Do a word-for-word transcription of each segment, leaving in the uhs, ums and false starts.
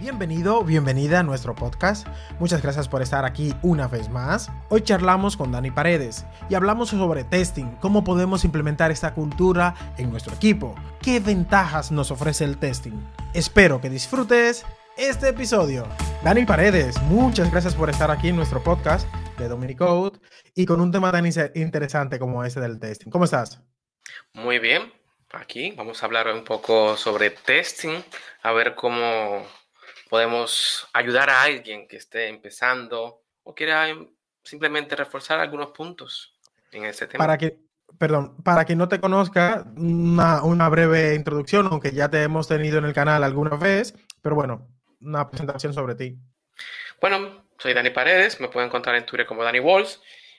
Bienvenido, bienvenida a nuestro podcast. Muchas gracias por estar aquí una vez más. Hoy charlamos con Dani Paredes y hablamos sobre testing, cómo podemos implementar esta cultura en nuestro equipo, qué ventajas nos ofrece el testing. Espero que disfrutes este episodio. Dani Paredes, muchas gracias por estar aquí en nuestro podcast de Dominicode y con un tema tan interesante como este del testing. ¿Cómo estás? Muy bien, aquí vamos a hablar un poco sobre testing, a ver cómo podemos ayudar a alguien que esté empezando o quiera simplemente reforzar algunos puntos en ese tema. Para que, perdón, para quien no te conozca, una, una breve introducción, aunque ya te hemos tenido en el canal alguna vez, pero bueno, una presentación sobre ti. Bueno, soy Dani Paredes, me pueden encontrar en Twitter como Dani Walls.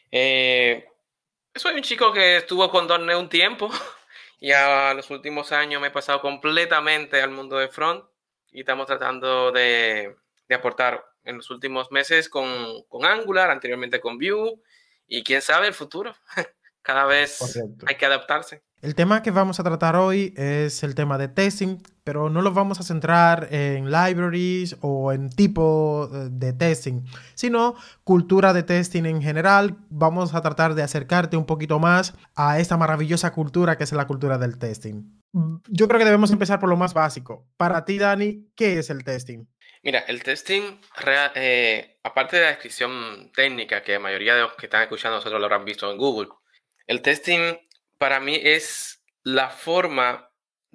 Eh, soy un chico que estuvo con .punto net un tiempo y a los últimos años me he pasado completamente al mundo de front y estamos tratando de, de aportar en los últimos meses con, con Angular, anteriormente con Vue y quién sabe el futuro. Cada vez Correcto. hay que adaptarse. El tema que vamos a tratar hoy es el tema de testing, pero no lo vamos a centrar en libraries o en tipo de testing, sino cultura de testing en general. Vamos a tratar de acercarte un poquito más a esta maravillosa cultura que es la cultura del testing. Yo creo que debemos empezar por lo más básico. Para ti, Dani, ¿qué es el testing? Mira, el testing, eh, aparte de la descripción técnica que la mayoría de los que están escuchando nosotros lo habrán visto en Google, el testing para mí es la forma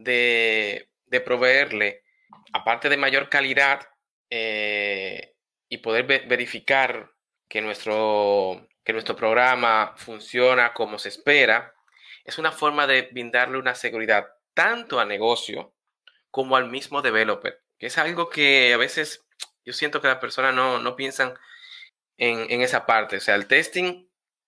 de, de proveerle, aparte de mayor calidad eh, y poder ve- verificar que nuestro, que nuestro programa funciona como se espera, es una forma de brindarle una seguridad tanto al negocio como al mismo developer, que es algo que a veces yo siento que las personas no, no piensan en, en esa parte. O sea, el testing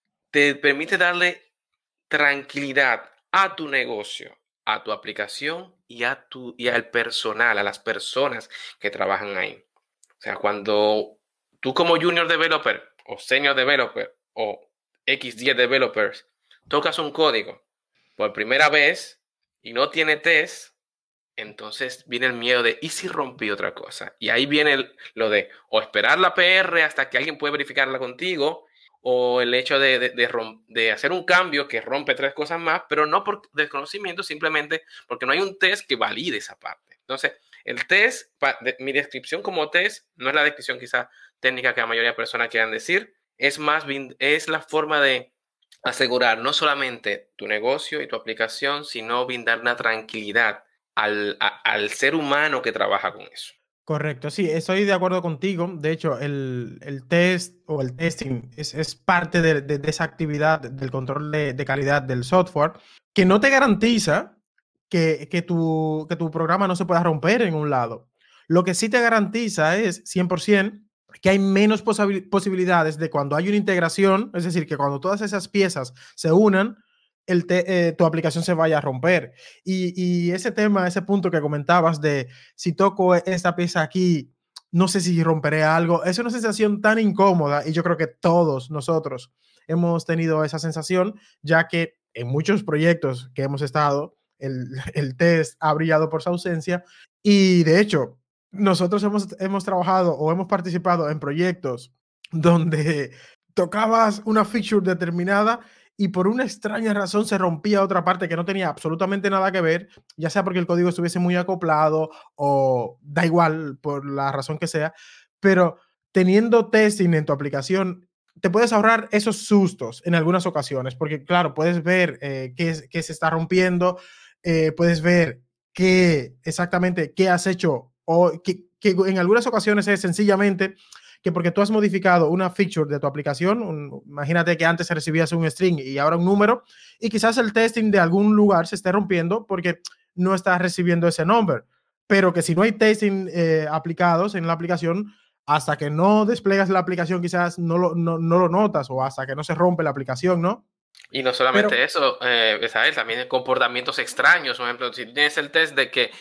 te permite darle tranquilidad a tu negocio, a tu aplicación y, a tu, y al personal, a las personas que trabajan ahí. O sea, cuando tú como junior developer o senior developer o equis diez developers tocas un código por primera vez y no tiene test, entonces viene el miedo de, ¿y si rompí otra cosa? Y ahí viene el, lo de, o esperar la P R hasta que alguien puede verificarla contigo, o el hecho de, de, de, rom- de hacer un cambio que rompe tres cosas más, pero no por desconocimiento, simplemente porque no hay un test que valide esa parte. Entonces, el test, pa, de, mi descripción como test, no es la descripción quizá técnica que la mayoría de personas quieran decir, es más bien, es la forma de asegurar no solamente tu negocio y tu aplicación, sino brindar una tranquilidad al, a, al ser humano que trabaja con eso. Correcto, sí, estoy de acuerdo contigo. De hecho, el, el test o el testing es, es parte de, de- de esa actividad del control de, de calidad del software que no te garantiza que, que tu, que tu programa no se pueda romper en un lado. Lo que sí te garantiza es cien por ciento que hay menos posibil- posibilidades de cuando hay una integración, es decir, que cuando todas esas piezas se unan, el te- eh, tu aplicación se vaya a romper. Y, y ese tema, ese punto que comentabas de si toco esta pieza aquí, no sé si romperé algo. Es una sensación tan incómoda y yo creo que todos nosotros hemos tenido esa sensación, ya que en muchos proyectos que hemos estado, el, el test ha brillado por su ausencia y de hecho, nosotros hemos, hemos trabajado o hemos participado en proyectos donde tocabas una feature determinada y por una extraña razón se rompía otra parte que no tenía absolutamente nada que ver, ya sea porque el código estuviese muy acoplado o da igual por la razón que sea, pero teniendo testing en tu aplicación, te puedes ahorrar esos sustos en algunas ocasiones, porque claro, puedes ver eh, qué, qué se está rompiendo, eh, puedes ver qué exactamente qué has hecho o que, que en algunas ocasiones es sencillamente que porque tú has modificado una feature de tu aplicación, un, imagínate que antes recibías un string y ahora un número, y quizás el testing de algún lugar se esté rompiendo porque no estás recibiendo ese number, pero que si no hay testing eh, aplicados en la aplicación, hasta que no desplegas la aplicación quizás no lo, no, no lo notas o hasta que no se rompe la aplicación, ¿no? Y no Pero solamente eso, eh, ¿sabes? También comportamientos extraños. Por ejemplo, si tienes el test de que,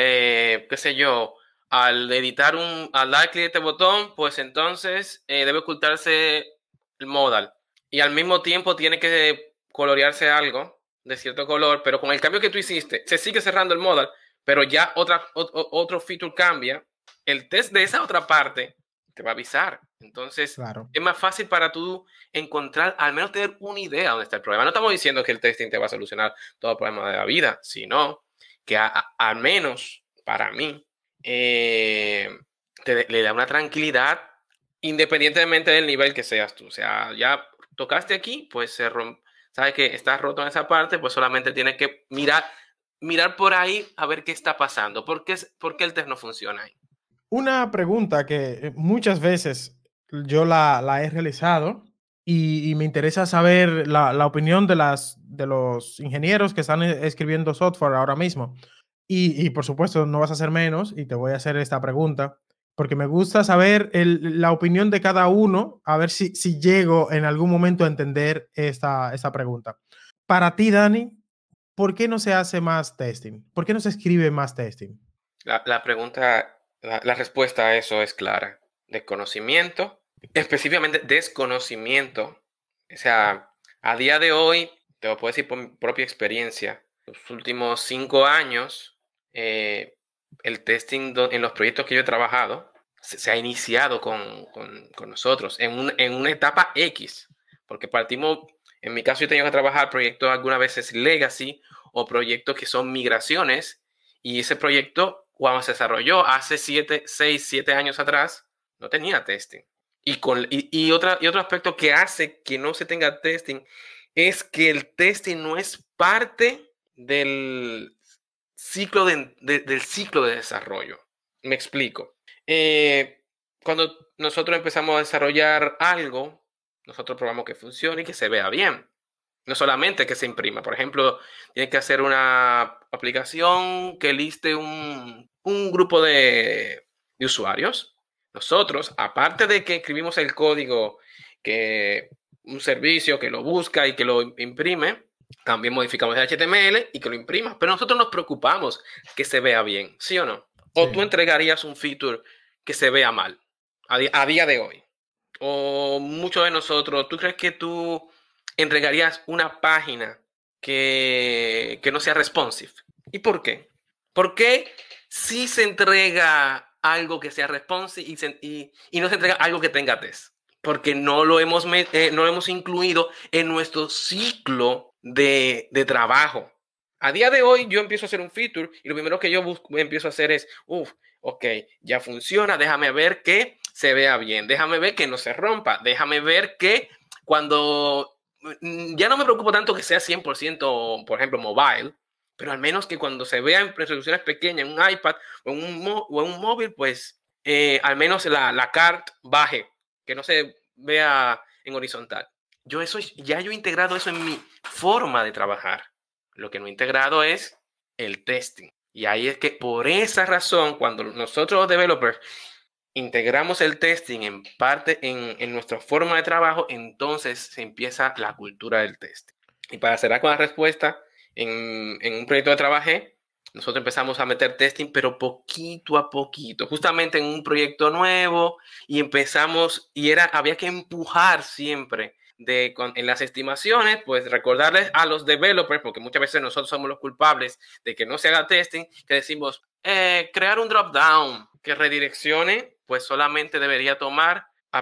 eh, qué sé yo, al editar un, al dar clic a este botón, pues entonces eh, debe ocultarse el modal. Y al mismo tiempo tiene que colorearse algo de cierto color, pero con el cambio que tú hiciste, se sigue cerrando el modal, pero ya otra, otro, otro feature cambia el test de esa otra parte te va a avisar. Entonces, Claro. es más fácil para tú encontrar, al menos tener una idea de dónde está el problema. No estamos diciendo que el testing te va a solucionar todo el problema de la vida, sino que a, a, al menos para mí eh, te, le da una tranquilidad independientemente del nivel que seas tú. O sea, ya tocaste aquí, pues se rompe. Sabes que estás roto en esa parte, pues solamente tienes que mirar, mirar por ahí a ver qué está pasando. ¿Por qué, por qué el test no funciona ahí? Una pregunta que muchas veces yo la, la he realizado y, y me interesa saber la, la opinión de, las, de los ingenieros que están e- escribiendo software ahora mismo. Y, y por supuesto, no vas a hacer menos y te voy a hacer esta pregunta porque me gusta saber el- la opinión de cada uno, a ver si, si llego en algún momento a entender esta, esta pregunta. Para ti, Dani, ¿por qué no se hace más testing? ¿Por qué no se escribe más testing? La, la pregunta, la, la respuesta a eso es clara. Desconocimiento, específicamente desconocimiento. O sea, a día de hoy, te lo puedo decir por mi propia experiencia, los últimos cinco años, eh, el testing do- en los proyectos que yo he trabajado se, se ha iniciado con, con- con nosotros en, un- en una etapa X, porque partimos, en mi caso yo he tenido que trabajar proyectos algunas veces legacy o proyectos que son migraciones, y ese proyecto, cuando se desarrolló hace siete, seis, siete años atrás, no tenía testing. Y, con, y, y, otra, y otro aspecto que hace que no se tenga testing es que el testing no es parte del ciclo de, de, del ciclo de desarrollo. Me explico. Eh, cuando nosotros empezamos a desarrollar algo, nosotros probamos que funcione y que se vea bien. No solamente que se imprima. Por ejemplo, tienes que hacer una aplicación que liste un, un grupo de, de usuarios. Nosotros, aparte de que escribimos el código, que un servicio que lo busca y que lo imprime, también modificamos el H T M L y que lo imprima. Pero nosotros nos preocupamos que se vea bien, ¿sí o no? O tú Sí. entregarías un feature que se vea mal a, di a día de hoy. O muchos de nosotros, ¿tú crees que tú entregarías una página que, que no sea responsive? ¿Y por qué? ¿Por qué si se entrega algo que sea responsive y, se, y, y no se entrega algo que tenga test? Porque no lo hemos, eh, no lo hemos incluido en nuestro ciclo de, de trabajo. A día de hoy yo empiezo a hacer un feature y lo primero que yo busco, empiezo a hacer es, uff, ok, ya funciona, déjame ver que se vea bien, déjame ver que no se rompa, déjame ver que cuando, ya no me preocupo tanto que sea cien por ciento, por ejemplo, mobile, pero al menos que cuando se vea en resoluciones pequeñas, en un iPad o en un, o en un móvil, pues eh, al menos la, la cart baje, que no se vea en horizontal. Yo eso, ya yo he integrado eso en mi forma de trabajar. Lo que no he integrado es el testing. Y ahí es que por esa razón, cuando nosotros los developers integramos el testing en parte en, en nuestra forma de trabajo, entonces se empieza la cultura del testing. Y para cerrar con la respuesta, en, en un proyecto que trabajé, nosotros empezamos a meter testing, pero poquito a poquito, justamente en un proyecto nuevo, y empezamos, y era, había que empujar siempre de, con, en las estimaciones, pues recordarles a los developers, porque muchas veces nosotros somos los culpables de que no se haga testing, que decimos, eh, crear un drop down que redireccione, pues solamente debería tomar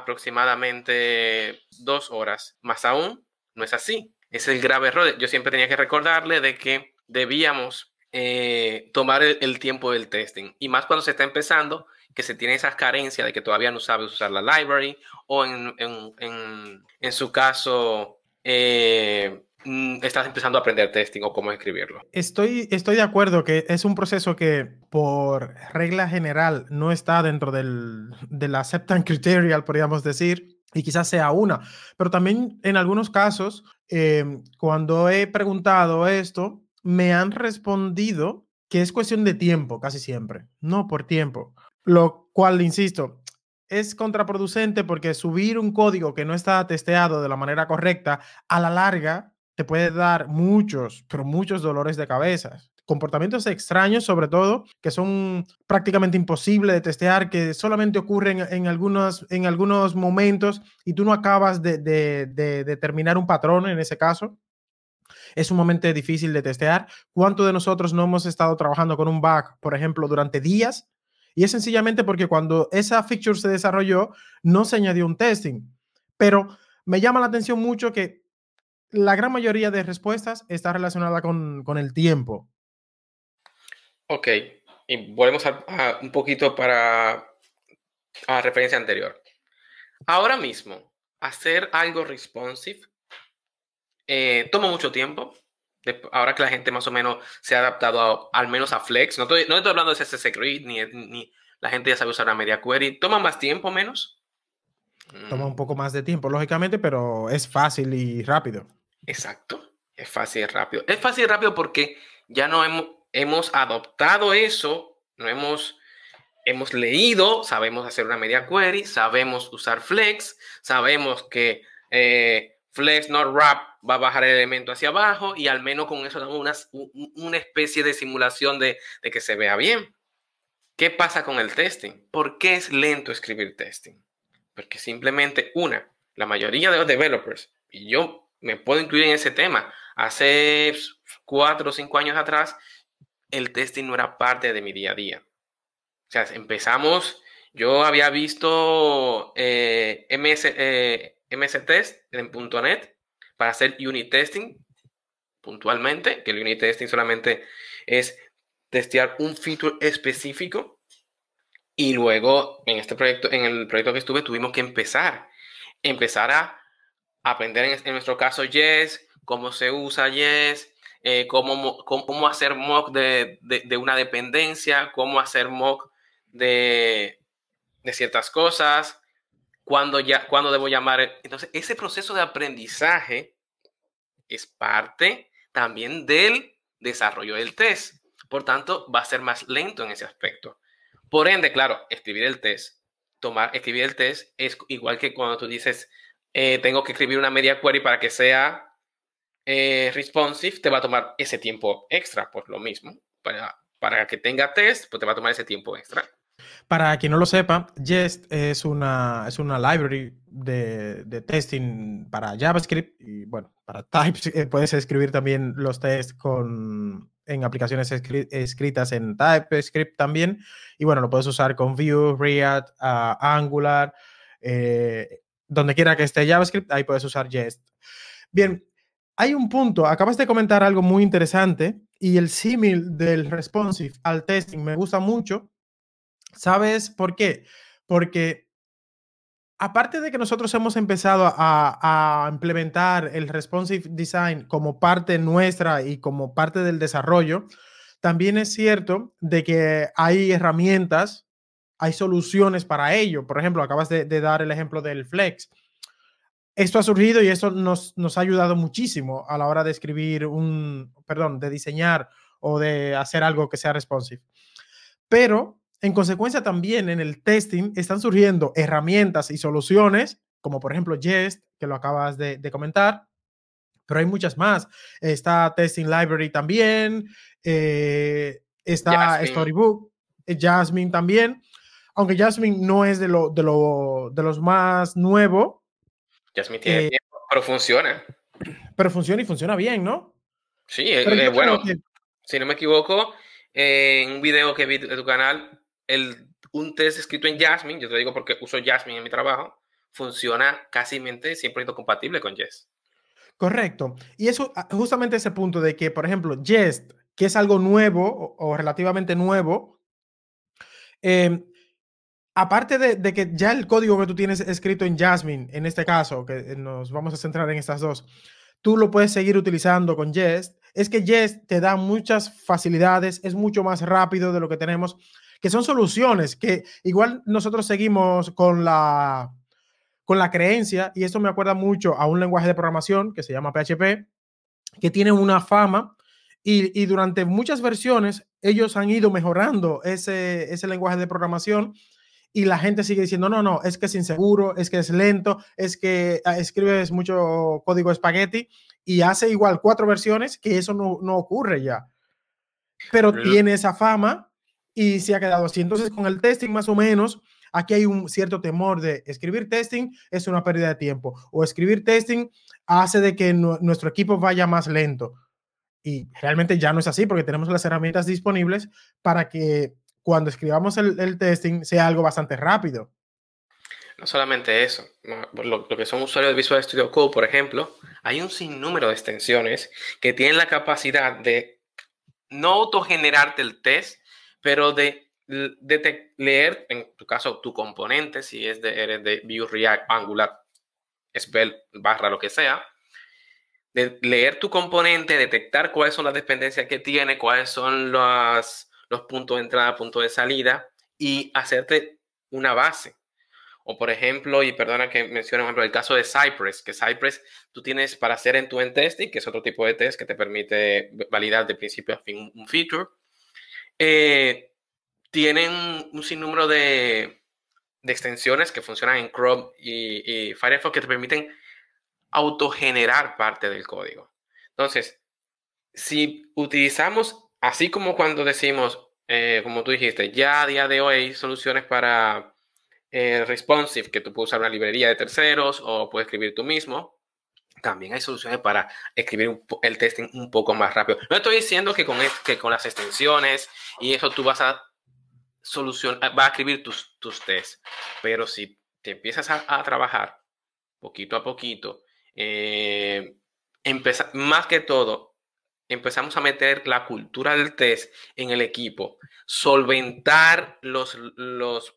aproximadamente dos horas. Más aún, no es así. Es el grave error. Yo siempre tenía que recordarle de que debíamos eh, tomar el, el tiempo del testing. Y más cuando se está empezando, que se tiene esas carencias de que todavía no sabes usar la library o en, en, en, en su caso eh, estás empezando a aprender testing o cómo escribirlo. Estoy, estoy de acuerdo que es un proceso que por regla general no está dentro del, del acceptance criteria, podríamos decir, y quizás sea una, pero también en algunos casos, eh, cuando he preguntado esto, me han respondido que es cuestión de tiempo, casi siempre, no por tiempo, lo cual, insisto, es contraproducente porque subir un código que no está testeado de la manera correcta, a la larga te puede dar muchos, pero muchos dolores de cabeza. Comportamientos extraños, sobre todo, que son prácticamente imposibles de testear, que solamente ocurren en algunos, en algunos momentos y tú no acabas de, de, de determinar un patrón en ese caso. Es sumamente difícil de testear. ¿Cuántos de nosotros no hemos estado trabajando con un bug, por ejemplo, durante días? Y es sencillamente porque cuando esa feature se desarrolló, no se añadió un testing. Pero me llama la atención mucho que la gran mayoría de respuestas está relacionada con, con el tiempo. Ok, y volvemos a, a un poquito para a la referencia anterior. Ahora mismo, hacer algo responsive eh, toma mucho tiempo. De- ahora que la gente más o menos se ha adaptado a- al menos a Flex, no estoy, no estoy hablando de C S S Grid, ni, ni la gente ya sabe usar una media query. ¿Toma más tiempo o menos? Toma Mm, un poco más de tiempo, lógicamente, pero es fácil y rápido. exacto. Es fácil y rápido. Es fácil y rápido porque ya no hemos, hemos adoptado eso, no hemos, hemos leído, sabemos hacer una media query, sabemos usar Flex, sabemos que eh, Flex not wrap va a bajar el elemento hacia abajo y al menos con eso damos una, una especie de simulación de, de que se vea bien. ¿Qué pasa con el testing? ¿Por qué es lento escribir testing? Porque simplemente una, la mayoría de los developers, y yo me puedo incluir en ese tema, hace cuatro o cinco años atrás, el testing no era parte de mi día a día. O sea, empezamos, yo había visto eh, M S, eh, M S Test en punto net para hacer unit testing puntualmente, que el unit testing solamente es testear un feature específico. Y luego en este proyecto, en el proyecto que estuve, tuvimos que empezar, empezar a aprender en, en nuestro caso Yes, cómo se usa Yes, eh, cómo, cómo, cómo, hacer mock de, de, de, una dependencia, cómo hacer mock de, de ciertas cosas, cuándo, ya, cuándo debo llamar. Entonces, ese proceso de aprendizaje es parte también del desarrollo del test. Por tanto, va a ser más lento en ese aspecto. Por ende, claro, escribir el test, tomar, escribir el test es igual que cuando tú dices, eh, tengo que escribir una media query para que sea eh, responsive, te va a tomar ese tiempo extra, pues lo mismo. Para, para que tenga test, pues te va a tomar ese tiempo extra. Para quien no lo sepa, Jest es una, es una library de, de testing para JavaScript y bueno, para TypeScript. Eh, puedes escribir también los tests con, en aplicaciones escri escritas en TypeScript también. Y bueno, lo puedes usar con Vue, React, uh, Angular, eh, donde quiera que esté JavaScript, ahí puedes usar Jest. Bien, hay un punto, acabas de comentar algo muy interesante y el símil del responsive al testing me gusta mucho. ¿Sabes por qué? Porque aparte de que nosotros hemos empezado a, a, implementar el responsive design como parte nuestra y como parte del desarrollo, también es cierto de que hay herramientas, hay soluciones para ello. Por ejemplo, acabas de, de dar el ejemplo del Flex. Esto ha surgido y esto nos, nos ha ayudado muchísimo a la hora de escribir un, perdón, de diseñar o de hacer algo que sea responsive. Pero en consecuencia también en el testing están surgiendo herramientas y soluciones, como por ejemplo Jest, que lo acabas de, de comentar, pero hay muchas más. Está Testing Library también, eh, está Jasmine, Storybook, eh, Jasmine también, aunque Jasmine no es de, lo, de, lo, de los más nuevos, Jasmine tiene eh, tiempo, pero funciona. pero funciona y funciona bien, ¿no? Sí, Pero eh, yo eh, bueno, creo que si no me equivoco, eh, en un video que vi de tu canal, el, un test escrito en Jasmine, yo te digo porque uso Jasmine en mi trabajo, funciona casi cien por ciento compatible con Jest. correcto. Y eso, ah, justamente ese punto de que, por ejemplo, Jest, que es algo nuevo o, o relativamente nuevo, eh, aparte de, de, que ya el código que tú tienes escrito en Jasmine, en este caso, que nos vamos a centrar en estas dos, tú lo puedes seguir utilizando con Jest, es que Jest te da muchas facilidades, es mucho más rápido de lo que tenemos, que son soluciones que igual nosotros seguimos con la, con la creencia, y esto me acuerda mucho a un lenguaje de programación que se llama P H P, que tiene una fama y, y, durante muchas versiones ellos han ido mejorando ese, ese lenguaje de programación y la gente sigue diciendo, no, no, es que es inseguro, es que es lento, es que escribes mucho código espagueti y hace igual cuatro versiones que eso no, no ocurre ya. Pero tiene esa fama y se ha quedado así. Entonces, con el testing más o menos, aquí hay un cierto temor de escribir testing es una pérdida de tiempo o escribir testing hace de que no, nuestro equipo vaya más lento. Y realmente ya no es así porque tenemos las herramientas disponibles para que cuando escribamos el, el testing sea algo bastante rápido. No solamente eso, lo, lo que son usuarios de Visual Studio Code, por ejemplo, hay un sinnúmero de extensiones que tienen la capacidad de no autogenerarte el test, pero de, de, de leer, en tu caso, tu componente, si es de, eres de Vue, React, Angular, Svelte, barra, lo que sea, de leer tu componente, detectar cuáles son las dependencias que tiene, cuáles son los, los puntos de entrada, puntos de salida, y hacerte una base. O por ejemplo, y perdona que mencione por ejemplo, el caso de Cypress, que Cypress tú tienes para hacer end-to-end testing, que es otro tipo de test que te permite validar de principio a fin un feature. Eh, tienen un sinnúmero de, de extensiones que funcionan en Chrome y, y Firefox que te permiten autogenerar parte del código. Entonces, si utilizamos, así como cuando decimos, eh, como tú dijiste, ya a día de hoy hay soluciones para eh, responsive, que tú puedes usar una librería de terceros o puedes escribir tú mismo. También hay soluciones para escribir un, el testing un poco más rápido. No estoy diciendo que con, que con las extensiones y eso tú vas a solucionar, vas a escribir tus, tus tests, pero si te empiezas a, a trabajar poquito a poquito, eh, empezar, más que todo, empezamos a meter la cultura del test en el equipo, solventar los, los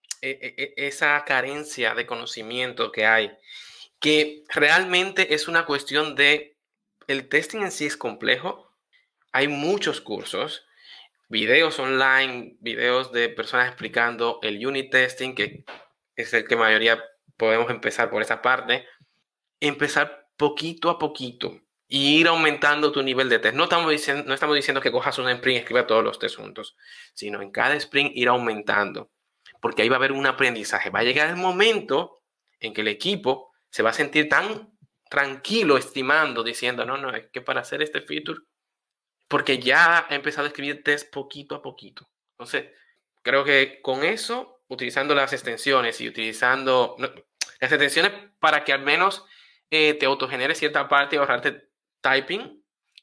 esa carencia de conocimiento que hay, que realmente es una cuestión de, el testing en sí es complejo, hay muchos cursos, videos online, videos de personas explicando el unit testing, que es el que mayoría podemos empezar por esa parte, empezar poquito a poquito y ir aumentando tu nivel de test. No estamos diciendo, no estamos diciendo que cojas un sprint y escriba todos los test juntos, sino en cada sprint ir aumentando, porque ahí va a haber un aprendizaje. Va a llegar el momento en que el equipo se va a sentir tan tranquilo estimando, diciendo, no, no, es que para hacer este feature, porque ya ha empezado a escribir test poquito a poquito. Entonces, creo que con eso, utilizando las extensiones y utilizando no, las extensiones para que al menos eh, te autogenere cierta parte y ahorrarte typing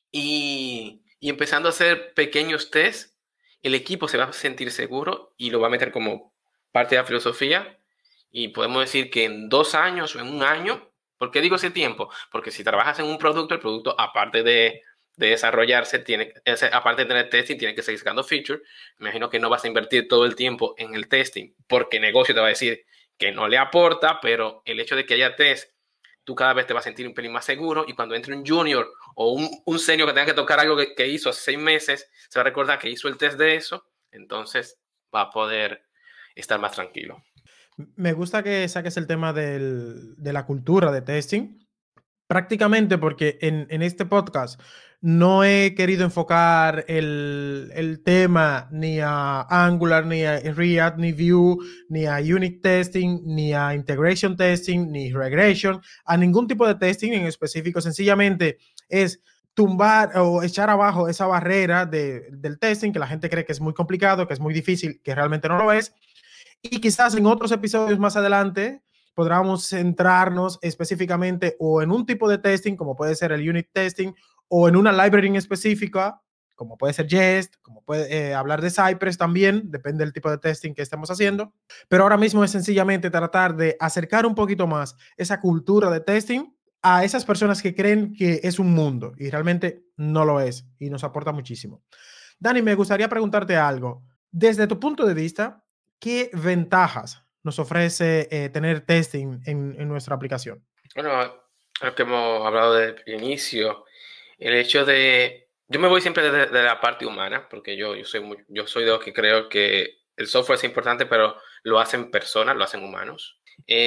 y, y empezando a hacer pequeños tests, el equipo se va a sentir seguro y lo va a meter como parte de la filosofía y podemos decir que en dos años o en un año, ¿por qué digo ese tiempo? Porque si trabajas en un producto, el producto aparte de, de desarrollarse, tiene, aparte de tener testing, tiene que seguir sacando features. Me imagino que no vas a invertir todo el tiempo en el testing porque el negocio te va a decir que no le aporta, pero el hecho de que haya test, tú cada vez te vas a sentir un pelín más seguro y cuando entre un junior o un, un senior que tenga que tocar algo que, que hizo hace seis meses, se va a recordar que hizo el test de eso, entonces va a poder estar más tranquilo. Me gusta que saques el tema del, de la cultura de testing, prácticamente porque en, en este podcast no he querido enfocar el, el tema ni a Angular, ni a React, ni Vue, ni a unit testing, ni a integration testing, ni regression, a ningún tipo de testing en específico. Sencillamente es tumbar o echar abajo esa barrera de, del testing que la gente cree que es muy complicado, que es muy difícil, que realmente no lo es. Y quizás en otros episodios más adelante podamos centrarnos específicamente o en un tipo de testing, como puede ser el unit testing, o en una library en específica, como puede ser Jest, como puede eh, hablar de Cypress también, depende del tipo de testing que estemos haciendo. Pero ahora mismo es sencillamente tratar de acercar un poquito más esa cultura de testing a esas personas que creen que es un mundo y realmente no lo es y nos aporta muchísimo. Dani, me gustaría preguntarte algo. Desde tu punto de vista, ¿qué ventajas nos ofrece eh, tener testing en, en nuestra aplicación? Bueno, lo que hemos hablado desde el inicio, el hecho de, yo me voy siempre de, de la parte humana, porque yo, yo, soy muy, yo soy de los que creo que el software es importante, pero lo hacen personas, lo hacen humanos.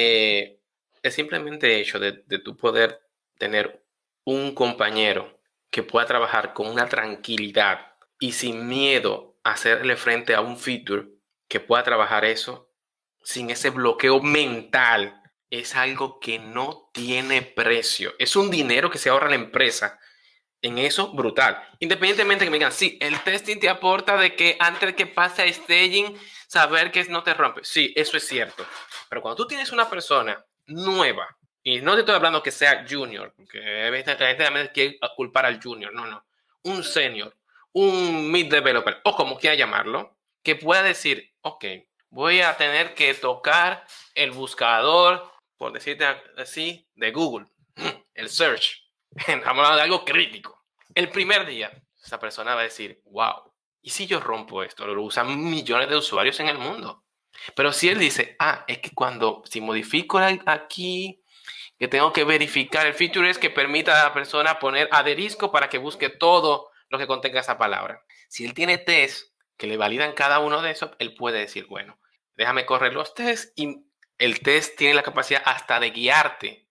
Eh, el simplemente hecho de, de tu poder tener un compañero que pueda trabajar con una tranquilidad y sin miedo a hacerle frente a un feature que pueda trabajar eso sin ese bloqueo mental es algo que no tiene precio. Es un dinero que se ahorra la empresa en eso brutal. Independientemente que me digan, sí, el testing te aporta de que antes de que pase a staging, saber que no te rompe. Sí, eso es cierto. Pero cuando tú tienes una persona nueva, y no te estoy hablando que sea junior, porque la gente también quiere culpar al junior, no, no. Un senior, un mid developer, o como quiera llamarlo, que pueda decir, ok, voy a tener que tocar el buscador, por decirte así, de Google, el search. Estamos hablando de algo crítico. El primer día, esa persona va a decir, wow, ¿y si yo rompo esto? Lo usan millones de usuarios en el mundo. Pero si él dice, ah, es que cuando, si modifico aquí, que tengo que verificar el feature es que permita a la persona poner asterisco para que busque todo lo que contenga esa palabra. Si él tiene test que le validan cada uno de esos, él puede decir, bueno, déjame correr los tests y el test tiene la capacidad hasta de guiarte.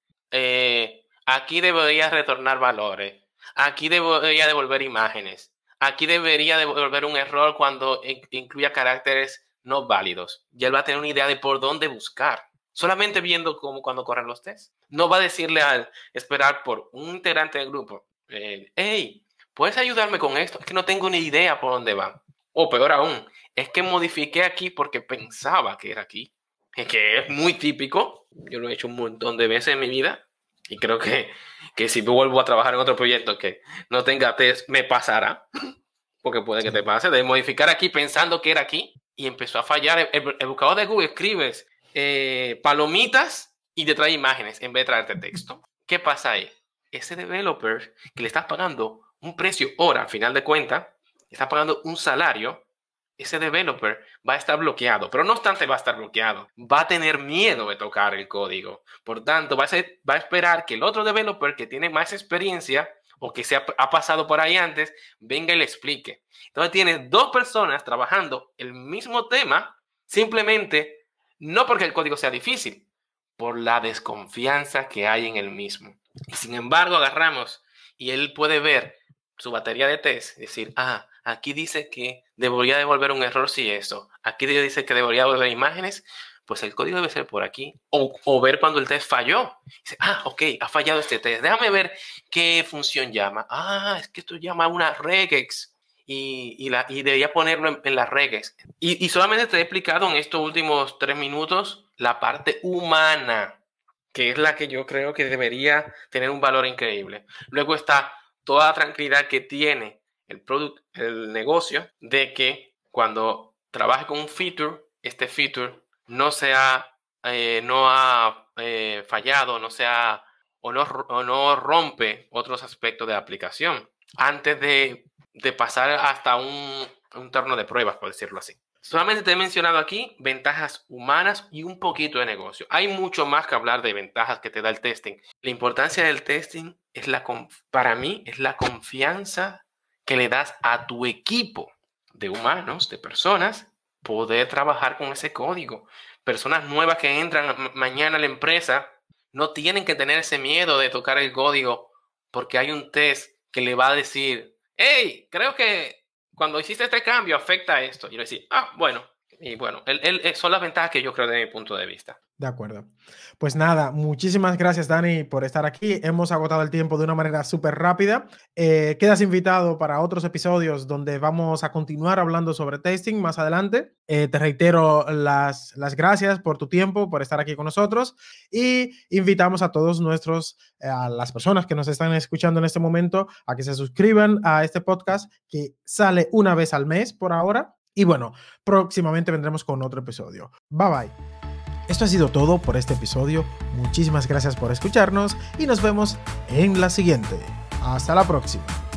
Eh, aquí debería retornar valores. Aquí debería devolver imágenes. Aquí debería devolver un error cuando incluya caracteres no válidos. Y él va a tener una idea de por dónde buscar. Solamente viendo cómo cuando corren los tests. No va a decirle al esperar por un integrante del grupo. Eh, hey, ¿puedes ayudarme con esto? Es que no tengo ni idea por dónde va. O peor aún, es que modifiqué aquí porque pensaba que era aquí. Que es muy típico. Yo lo he hecho un montón de veces en mi vida. Y creo que, que si vuelvo a trabajar en otro proyecto que no tenga test, me pasará. Porque puede que te pase. De modificar aquí pensando que era aquí. Y empezó a fallar. El, el, el buscador de Google escribes eh, palomitas y te trae imágenes en vez de traerte texto. ¿Qué pasa ahí? Ese developer que le estás pagando un precio hora, al final de cuentas, le estás pagando un salario, ese developer va a estar bloqueado. Pero no obstante va a estar bloqueado. Va a tener miedo de tocar el código. Por tanto, va a, ser, va a esperar que el otro developer que tiene más experiencia o que se ha, ha pasado por ahí antes, venga y le explique. Entonces tienes dos personas trabajando el mismo tema, simplemente no porque el código sea difícil, por la desconfianza que hay en el mismo. Y sin embargo, agarramos y él puede ver su batería de test y decir, ah, aquí dice que debería devolver un error si eso. Aquí dice que debería devolver imágenes. Pues el código debe ser por aquí. O, o ver cuando el test falló. Dice, ah, ok, ha fallado este test. Déjame ver qué función llama. Ah, es que esto llama una regex. Y, y, la, y debería ponerlo en, en la regex. Y, y solamente te he explicado en estos últimos tres minutos la parte humana, que es la que yo creo que debería tener un valor increíble. Luego está toda la tranquilidad que tiene el, product, el negocio de que cuando trabaje con un feature, este feature no se ha, eh, no ha eh, fallado, no se ha, o, no, o no rompe otros aspectos de la aplicación antes de, de pasar hasta un, un terreno de pruebas, por decirlo así. Solamente te he mencionado aquí ventajas humanas y un poquito de negocio. Hay mucho más que hablar de ventajas que te da el testing. La importancia del testing es la, para mí es la confianza que le das a tu equipo de humanos, de personas, poder trabajar con ese código. Personas nuevas que entran mañana a la empresa no tienen que tener ese miedo de tocar el código porque hay un test que le va a decir, hey, creo que cuando hiciste este cambio afecta esto. Y yo le decía, ah, bueno. Y bueno, él, él, son las ventajas que yo creo desde mi punto de vista. De acuerdo. Pues nada, muchísimas gracias, Dani, por estar aquí. Hemos agotado el tiempo de una manera súper rápida. Eh, quedas invitado para otros episodios donde vamos a continuar hablando sobre testing más adelante. Eh, te reitero las, las gracias por tu tiempo, por estar aquí con nosotros y invitamos a todos nuestros, eh, a las personas que nos están escuchando en este momento a que se suscriban a este podcast que sale una vez al mes por ahora. Y bueno, próximamente vendremos con otro episodio. Bye bye. Esto ha sido todo por este episodio. Muchísimas gracias por escucharnos y nos vemos en la siguiente. Hasta la próxima.